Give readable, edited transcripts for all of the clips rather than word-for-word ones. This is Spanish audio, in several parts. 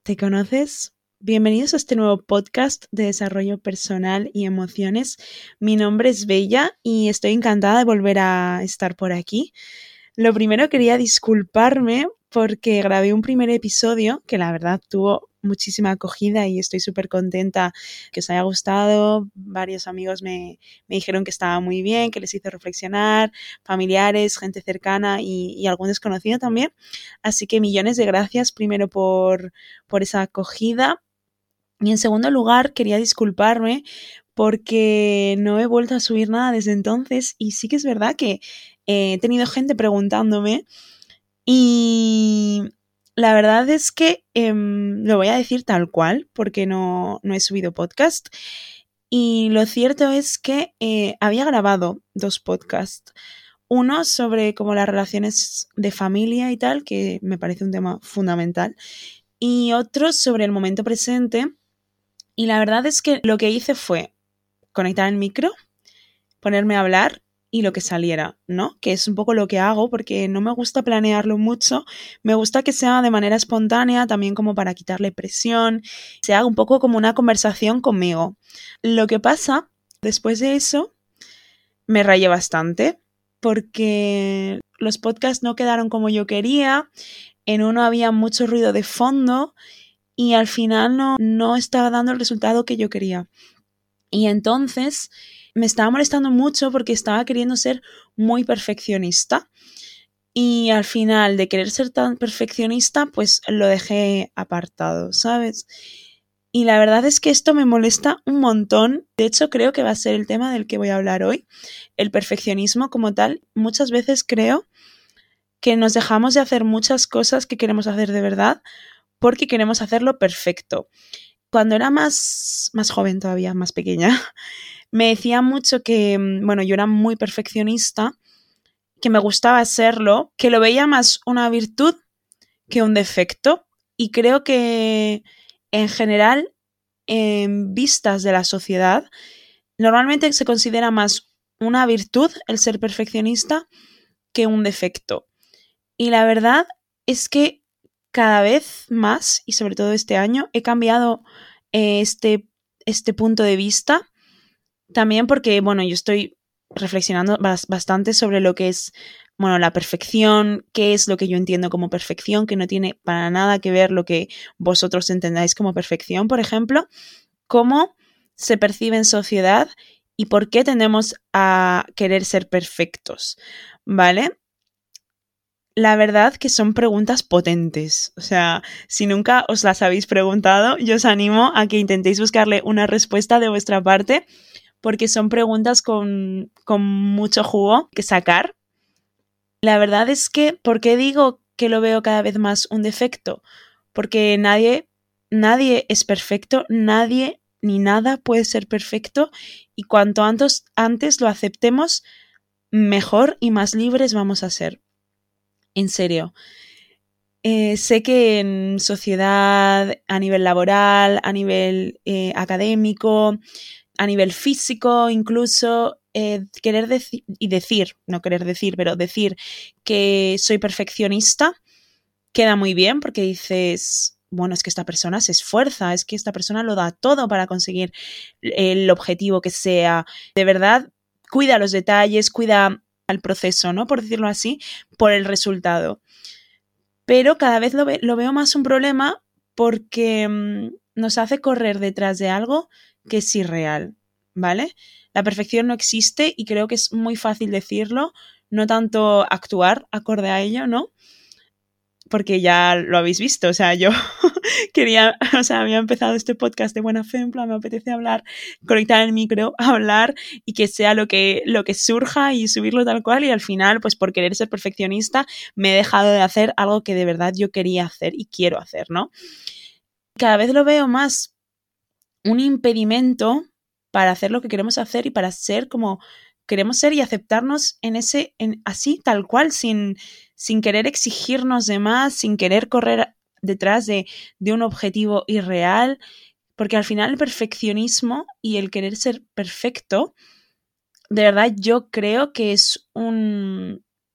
¿Te conoces? Bienvenidos a este nuevo podcast de desarrollo personal y emociones. Mi nombre es Bella y estoy encantada de volver a estar por aquí. Lo primero quería disculparme porque grabé un primer episodio que la verdad tuvo muchísima acogida y estoy súper contenta que os haya gustado. Varios amigos me dijeron que estaba muy bien, que les hizo reflexionar, familiares, gente cercana y algún desconocido también. Así que millones de gracias primero por esa acogida. Y en segundo lugar, quería disculparme porque no he vuelto a subir nada desde entonces y sí que es verdad que he tenido gente preguntándome y la verdad es que lo voy a decir tal cual porque no he subido podcast y lo cierto es que había grabado 2 podcasts. Uno sobre como las relaciones de familia y tal, que me parece un tema fundamental, y otro sobre el momento presente. Y la verdad es que lo que hice fue conectar el micro, ponerme a hablar y lo que saliera, ¿no? Que es un poco lo que hago porque no me gusta planearlo mucho, me gusta que sea de manera espontánea, también como para quitarle presión, se haga un poco como una conversación conmigo. Lo que pasa, después de eso, me rayé bastante porque los podcasts no quedaron como yo quería, en uno había mucho ruido de fondo y al final no estaba dando el resultado que yo quería. Y entonces me estaba molestando mucho porque estaba queriendo ser muy perfeccionista. Y al final de querer ser tan perfeccionista, pues lo dejé apartado, ¿sabes? Y la verdad es que esto me molesta un montón. De hecho, creo que va a ser el tema del que voy a hablar hoy. El perfeccionismo como tal. Muchas veces creo que nos dejamos de hacer muchas cosas que queremos hacer de verdad porque queremos hacerlo perfecto. Cuando era más joven todavía, más pequeña, me decía mucho que, bueno, yo era muy perfeccionista, que me gustaba serlo, que lo veía más una virtud que un defecto. Y creo que en general, en vistas de la sociedad, normalmente se considera más una virtud el ser perfeccionista que un defecto. Y la verdad es que cada vez más, y sobre todo este año, he cambiado este punto de vista. También porque, bueno, yo estoy reflexionando bastante sobre lo que es, bueno, la perfección, qué es lo que yo entiendo como perfección, que no tiene para nada que ver lo que vosotros entendáis como perfección, por ejemplo, cómo se percibe en sociedad y por qué tendemos a querer ser perfectos, ¿vale? La verdad que son preguntas potentes. O sea, si nunca os las habéis preguntado, yo os animo a que intentéis buscarle una respuesta de vuestra parte, porque son preguntas con mucho jugo que sacar. La verdad es que, ¿por qué digo que lo veo cada vez más un defecto? Porque nadie es perfecto, nadie ni nada puede ser perfecto y cuanto antes lo aceptemos, mejor y más libres vamos a ser. En serio. Sé que en sociedad, a nivel laboral, a nivel académico, a nivel físico, incluso querer decir, no querer decir, pero decir que soy perfeccionista queda muy bien porque dices, bueno, es que esta persona se esfuerza, es que esta persona lo da todo para conseguir el objetivo que sea. De verdad, cuida los detalles, cuida al proceso, ¿no? Por decirlo así, por el resultado. Pero cada vez lo veo más un problema porque nos hace correr detrás de algo que es irreal, ¿vale? La perfección no existe y creo que es muy fácil decirlo, no tanto actuar acorde a ello, ¿no? Porque ya lo habéis visto, o sea, yo había empezado este podcast de buena fe, en plan, me apetece hablar, conectar el micro, hablar y que sea lo que surja y subirlo tal cual, y al final, pues por querer ser perfeccionista, me he dejado de hacer algo que de verdad yo quería hacer y quiero hacer, ¿no? Cada vez lo veo más un impedimento para hacer lo que queremos hacer y para ser como queremos ser y aceptarnos así, tal cual, sin querer exigirnos de más, sin querer correr detrás de un objetivo irreal, porque al final el perfeccionismo y el querer ser perfecto, de verdad yo creo que es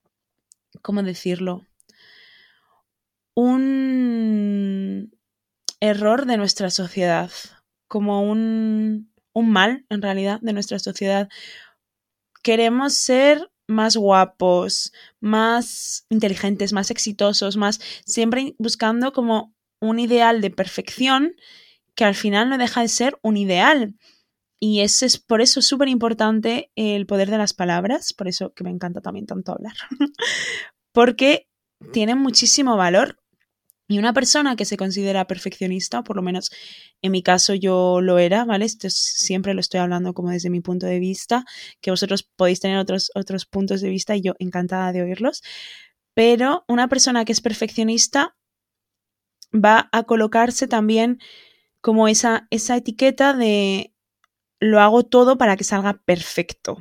¿cómo decirlo? error de nuestra sociedad, como un mal, en realidad, de nuestra sociedad. Queremos ser más guapos, más inteligentes, más exitosos, más siempre buscando como un ideal de perfección que al final no deja de ser un ideal. Y ese es por eso súper importante el poder de las palabras, por eso que me encanta también tanto hablar, porque tienen muchísimo valor. Y una persona que se considera perfeccionista, o por lo menos en mi caso yo lo era, ¿vale? Esto siempre lo estoy hablando como desde mi punto de vista, que vosotros podéis tener otros puntos de vista y yo encantada de oírlos, pero una persona que es perfeccionista va a colocarse también como esa etiqueta de lo hago todo para que salga perfecto.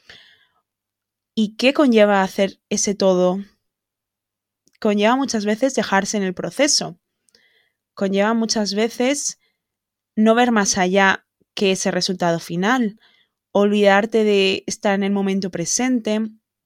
¿Y qué conlleva hacer ese todo? Conlleva muchas veces dejarse en el proceso. Conlleva muchas veces no ver más allá que ese resultado final. Olvidarte de estar en el momento presente,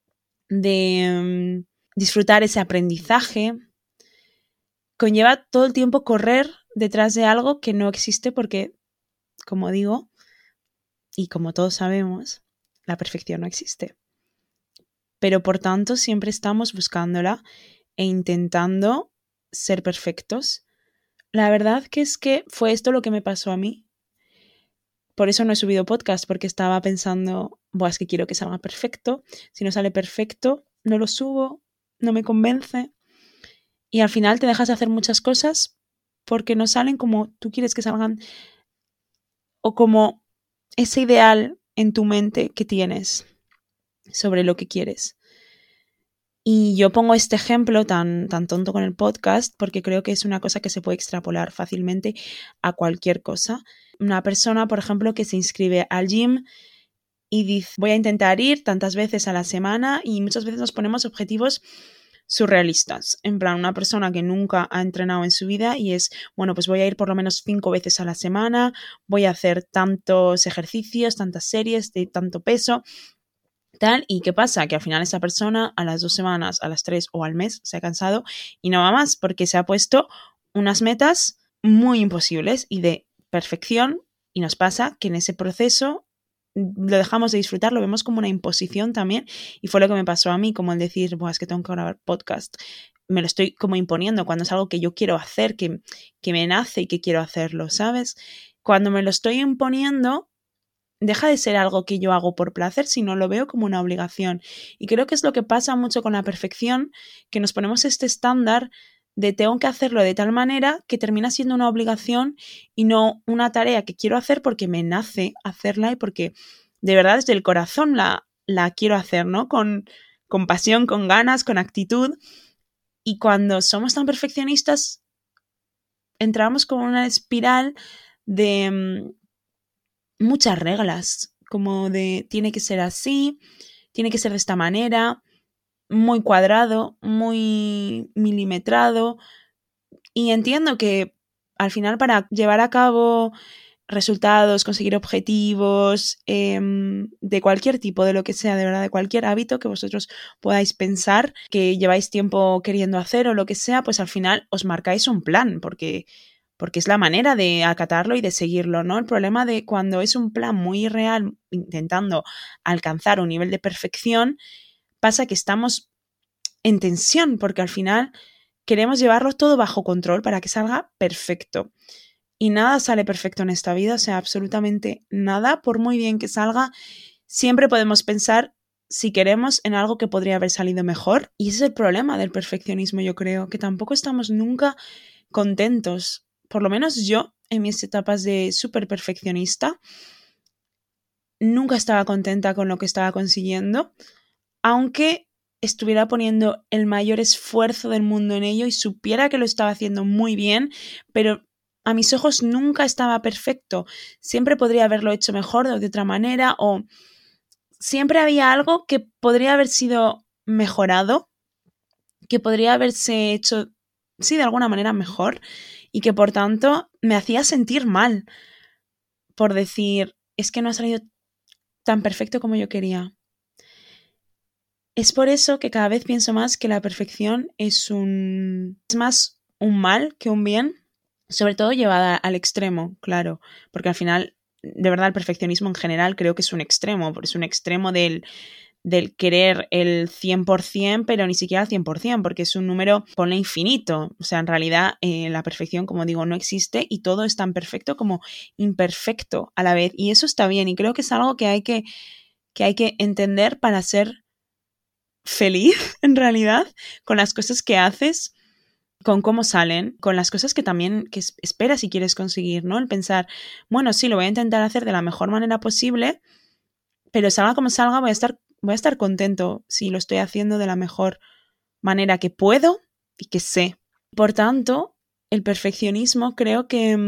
de disfrutar ese aprendizaje. Conlleva todo el tiempo correr detrás de algo que no existe porque, como digo, y como todos sabemos, la perfección no existe. Pero por tanto siempre estamos buscándola e intentando ser perfectos. La verdad que es que fue esto lo que me pasó a mí. Por eso no he subido podcast, porque estaba pensando, es que quiero que salga perfecto. Si no sale perfecto, no lo subo, no me convence. Y al final te dejas de hacer muchas cosas porque no salen como tú quieres que salgan o como ese ideal en tu mente que tienes sobre lo que quieres. Y yo pongo este ejemplo tan tonto con el podcast porque creo que es una cosa que se puede extrapolar fácilmente a cualquier cosa. Una persona, por ejemplo, que se inscribe al gym y dice, voy a intentar ir tantas veces a la semana, y muchas veces nos ponemos objetivos surrealistas. En plan, una persona que nunca ha entrenado en su vida y es, bueno, pues voy a ir por lo menos 5 veces a la semana, voy a hacer tantos ejercicios, tantas series de tanto peso, tal. ¿Y qué pasa? Que al final esa persona a las 2 semanas, a las 3 o al mes se ha cansado y no va más porque se ha puesto unas metas muy imposibles y de perfección, y nos pasa que en ese proceso lo dejamos de disfrutar, lo vemos como una imposición también, y fue lo que me pasó a mí, como el decir, es que tengo que grabar podcast, me lo estoy como imponiendo cuando es algo que yo quiero hacer, que me nace y que quiero hacerlo, ¿sabes? Cuando me lo estoy imponiendo, deja de ser algo que yo hago por placer, sino lo veo como una obligación. Y creo que es lo que pasa mucho con la perfección, que nos ponemos este estándar de tengo que hacerlo de tal manera que termina siendo una obligación y no una tarea que quiero hacer porque me nace hacerla y porque de verdad desde el corazón la quiero hacer, ¿no? Con pasión, con ganas, con actitud. Y cuando somos tan perfeccionistas, entramos como en una espiral de muchas reglas, como de tiene que ser así, tiene que ser de esta manera, muy cuadrado, muy milimetrado. Y entiendo que al final para llevar a cabo resultados, conseguir objetivos, de cualquier tipo, de lo que sea, de verdad, de cualquier hábito que vosotros podáis pensar que lleváis tiempo queriendo hacer o lo que sea, pues al final os marcáis un plan, porque es la manera de acatarlo y de seguirlo, ¿no? El problema de cuando es un plan muy irreal, intentando alcanzar un nivel de perfección, pasa que estamos en tensión, porque al final queremos llevarlo todo bajo control para que salga perfecto. Y nada sale perfecto en esta vida, o sea, absolutamente nada, por muy bien que salga, siempre podemos pensar, si queremos, en algo que podría haber salido mejor. Y ese es el problema del perfeccionismo, yo creo, que tampoco estamos nunca contentos. Por lo menos yo, en mis etapas de súper perfeccionista, nunca estaba contenta con lo que estaba consiguiendo, aunque estuviera poniendo el mayor esfuerzo del mundo en ello y supiera que lo estaba haciendo muy bien, pero a mis ojos nunca estaba perfecto. Siempre podría haberlo hecho mejor o de otra manera, o siempre había algo que podría haber sido mejorado, que podría haberse hecho, sí, de alguna manera mejor, y que por tanto me hacía sentir mal por decir, es que no ha salido tan perfecto como yo quería. Es por eso que cada vez pienso más que la perfección es más un mal que un bien, sobre todo llevada al extremo, claro, porque al final, de verdad, el perfeccionismo en general creo que es un extremo, porque es un extremo del querer el 100%, pero ni siquiera al 100%, porque es un número, ponle infinito. O sea, en realidad la perfección, como digo, no existe y todo es tan perfecto como imperfecto a la vez. Y eso está bien y creo que es algo que hay que entender para ser feliz, en realidad, con las cosas que haces, con cómo salen, con las cosas que también que esperas y quieres conseguir, ¿no? El pensar, bueno, sí, lo voy a intentar hacer de la mejor manera posible, pero salga como salga, voy a estar contento si lo estoy haciendo de la mejor manera que puedo y que sé. Por tanto, el perfeccionismo creo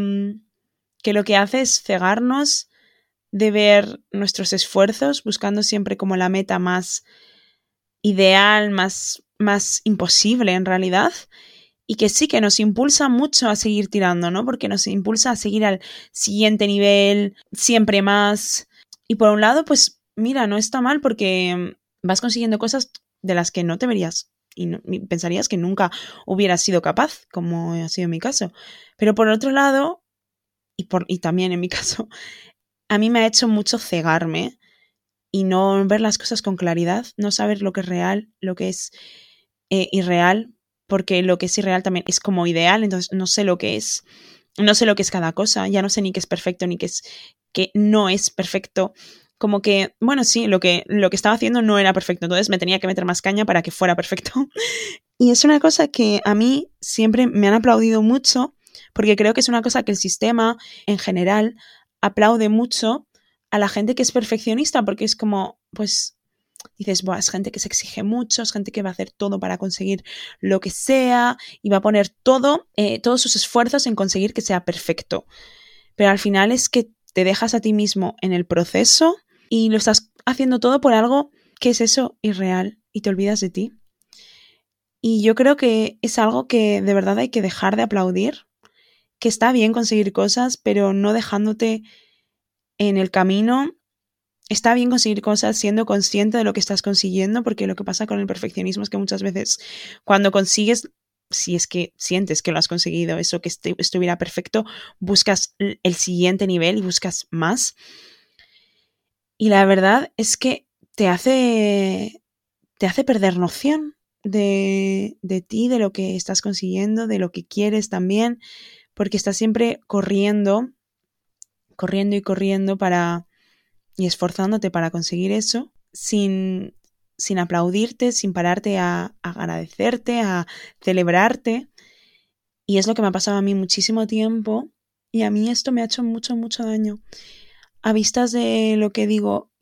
que lo que hace es cegarnos de ver nuestros esfuerzos, buscando siempre como la meta más ideal, más imposible en realidad, y que sí que nos impulsa mucho a seguir tirando, ¿no? Porque nos impulsa a seguir al siguiente nivel, siempre más. Y por un lado, pues mira, no está mal porque vas consiguiendo cosas de las que no te verías y pensarías que nunca hubieras sido capaz, como ha sido mi caso. Pero por otro lado, y también en mi caso, a mí me ha hecho mucho cegarme y no ver las cosas con claridad, no saber lo que es real, lo que es irreal, porque lo que es irreal también es como ideal, entonces no sé lo que es, no sé lo que es cada cosa, ya no sé ni qué es perfecto ni qué es que no es perfecto. Como que, bueno, sí, lo que estaba haciendo no era perfecto, entonces me tenía que meter más caña para que fuera perfecto. Y es una cosa que a mí siempre me han aplaudido mucho, porque creo que es una cosa que el sistema en general aplaude mucho a la gente que es perfeccionista, porque es como, pues, dices, buah, es gente que se exige mucho, es gente que va a hacer todo para conseguir lo que sea y va a poner todos sus esfuerzos en conseguir que sea perfecto. Pero al final es que te dejas a ti mismo en el proceso y lo estás haciendo todo por algo que es eso, irreal, y te olvidas de ti. Y yo creo que es algo que de verdad hay que dejar de aplaudir, que está bien conseguir cosas, pero no dejándote en el camino. Está bien conseguir cosas siendo consciente de lo que estás consiguiendo, porque lo que pasa con el perfeccionismo es que muchas veces cuando consigues, si es que sientes que lo has conseguido, eso que estuviera perfecto, buscas el siguiente nivel y buscas más. Y la verdad es que te hace perder noción de ti, de lo que estás consiguiendo, de lo que quieres también, porque estás siempre corriendo y corriendo y esforzándote para conseguir eso, sin aplaudirte, sin pararte a agradecerte, a celebrarte. Y es lo que me ha pasado a mí muchísimo tiempo y a mí esto me ha hecho mucho, mucho daño. A vistas de lo que digo,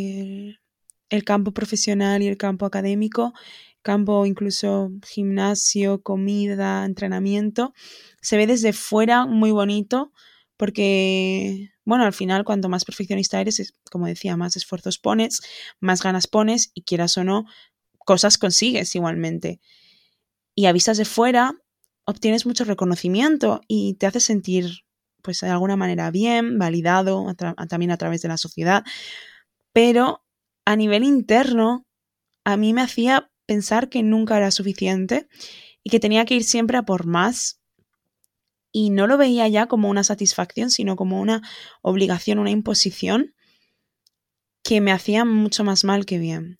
el campo profesional y el campo académico, campo incluso gimnasio, comida, entrenamiento, se ve desde fuera muy bonito porque, bueno, al final cuanto más perfeccionista eres, como decía, más esfuerzos pones, más ganas pones y quieras o no, cosas consigues igualmente. Y a vistas de fuera obtienes mucho reconocimiento y te hace sentir, pues de alguna manera bien, validado, también a través de la sociedad, pero a nivel interno a mí me hacía pensar que nunca era suficiente y que tenía que ir siempre a por más y no lo veía ya como una satisfacción, sino como una obligación, una imposición que me hacía mucho más mal que bien.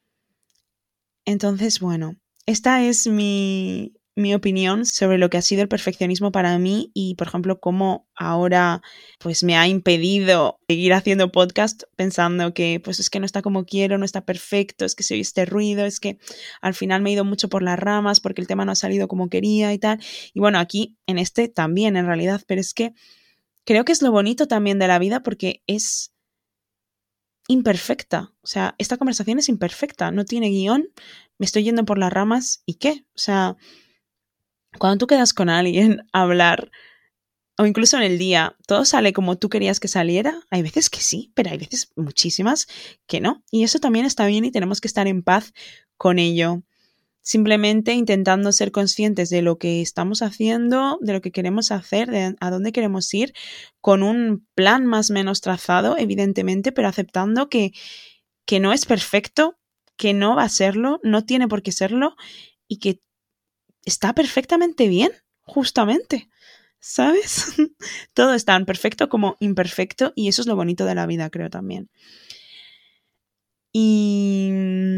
Entonces, bueno, esta es mi opinión sobre lo que ha sido el perfeccionismo para mí y, por ejemplo, cómo ahora pues me ha impedido seguir haciendo podcast pensando que pues es que no está como quiero, no está perfecto, es que se oye este ruido, es que al final me he ido mucho por las ramas porque el tema no ha salido como quería y tal. Y bueno, aquí en este también en realidad, pero es que creo que es lo bonito también de la vida porque es imperfecta. O sea, esta conversación es imperfecta, no tiene guión, me estoy yendo por las ramas y qué. O sea, cuando tú quedas con alguien a hablar, o incluso en el día, todo sale como tú querías que saliera. Hay veces que sí, pero hay veces muchísimas que no. Y eso también está bien y tenemos que estar en paz con ello. Simplemente intentando ser conscientes de lo que estamos haciendo, de lo que queremos hacer, de a dónde queremos ir, con un plan más o menos trazado, evidentemente, pero aceptando que no es perfecto, que no va a serlo, no tiene por qué serlo y que está perfectamente bien, justamente. ¿sabes? Todo es tan perfecto como imperfecto y eso es lo bonito de la vida, creo también. Y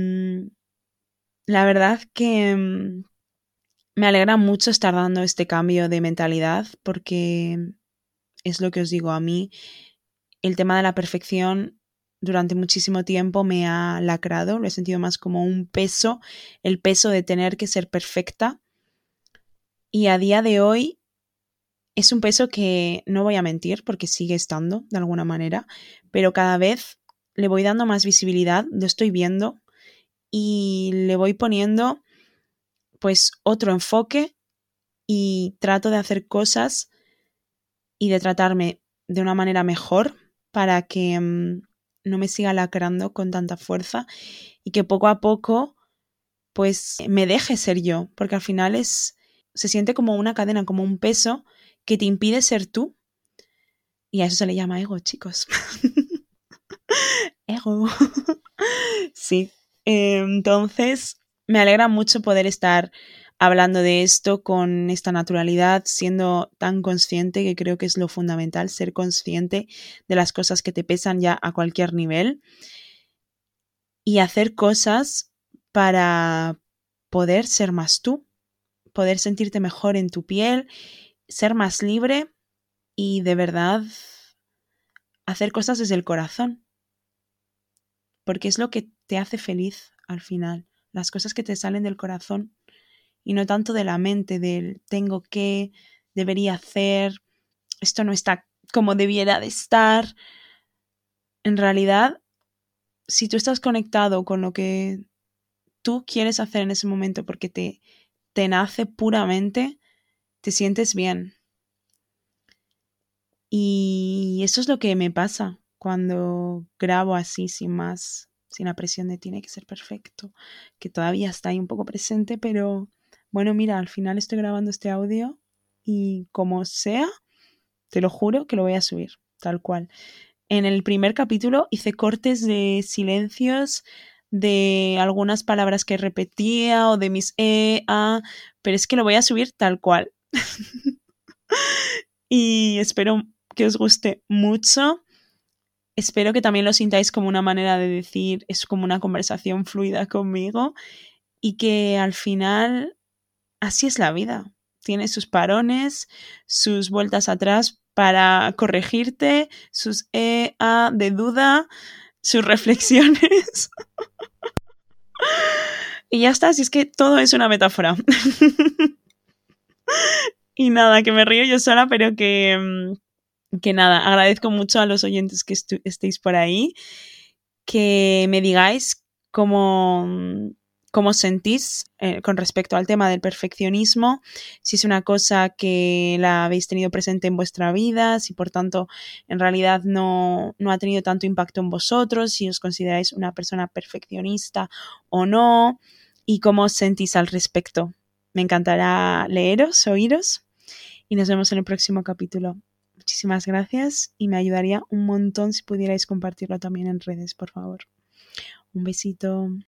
la verdad que me alegra mucho estar dando este cambio de mentalidad porque es lo que os digo, a mí el tema de la perfección durante muchísimo tiempo me ha lacrado, lo he sentido más como un peso, el peso de tener que ser perfecta y a día de hoy es un peso que no voy a mentir porque sigue estando de alguna manera, pero cada vez le voy dando más visibilidad, lo estoy viendo y le voy poniendo pues otro enfoque y trato de hacer cosas y de tratarme de una manera mejor para que no me siga lacrando con tanta fuerza y que poco a poco pues me deje ser yo, porque al final se siente como una cadena, como un peso que te impide ser tú y a eso se le llama ego, chicos. Ego. Sí. Entonces, me alegra mucho poder estar hablando de esto con esta naturalidad, siendo tan consciente, que creo que es lo fundamental, ser consciente de las cosas que te pesan ya a cualquier nivel y hacer cosas para poder ser más tú, poder sentirte mejor en tu piel, ser más libre y de verdad hacer cosas desde el corazón, porque es lo que te hace feliz al final, las cosas que te salen del corazón y no tanto de la mente, del tengo que, debería hacer, esto no está como debiera de estar. En realidad, si tú estás conectado con lo que tú quieres hacer en ese momento porque te nace puramente, te sientes bien. Y eso es lo que me pasa cuando grabo así, sin más, sin la presión de tiene que ser perfecto, que todavía está ahí un poco presente, pero bueno, mira, al final estoy grabando este audio y como sea, te lo juro que lo voy a subir, tal cual. En el primer capítulo hice cortes de silencios, de algunas palabras que repetía o de mis pero es que lo voy a subir tal cual. Y espero que os guste mucho. Espero que también lo sintáis como una manera de decir, es como una conversación fluida conmigo y que al final así es la vida. Tiene sus parones, sus vueltas atrás para corregirte, sus de duda, sus reflexiones. Y ya está, si es que todo es una metáfora. Y nada, que me río yo sola, pero que nada, agradezco mucho a los oyentes que estéis por ahí, que me digáis cómo sentís con respecto al tema del perfeccionismo, si es una cosa que la habéis tenido presente en vuestra vida, si por tanto en realidad no ha tenido tanto impacto en vosotros, si os consideráis una persona perfeccionista o no, y cómo os sentís al respecto. Me encantará leeros, oíros, y nos vemos en el próximo capítulo. Muchísimas gracias y me ayudaría un montón si pudierais compartirlo también en redes, por favor. Un besito.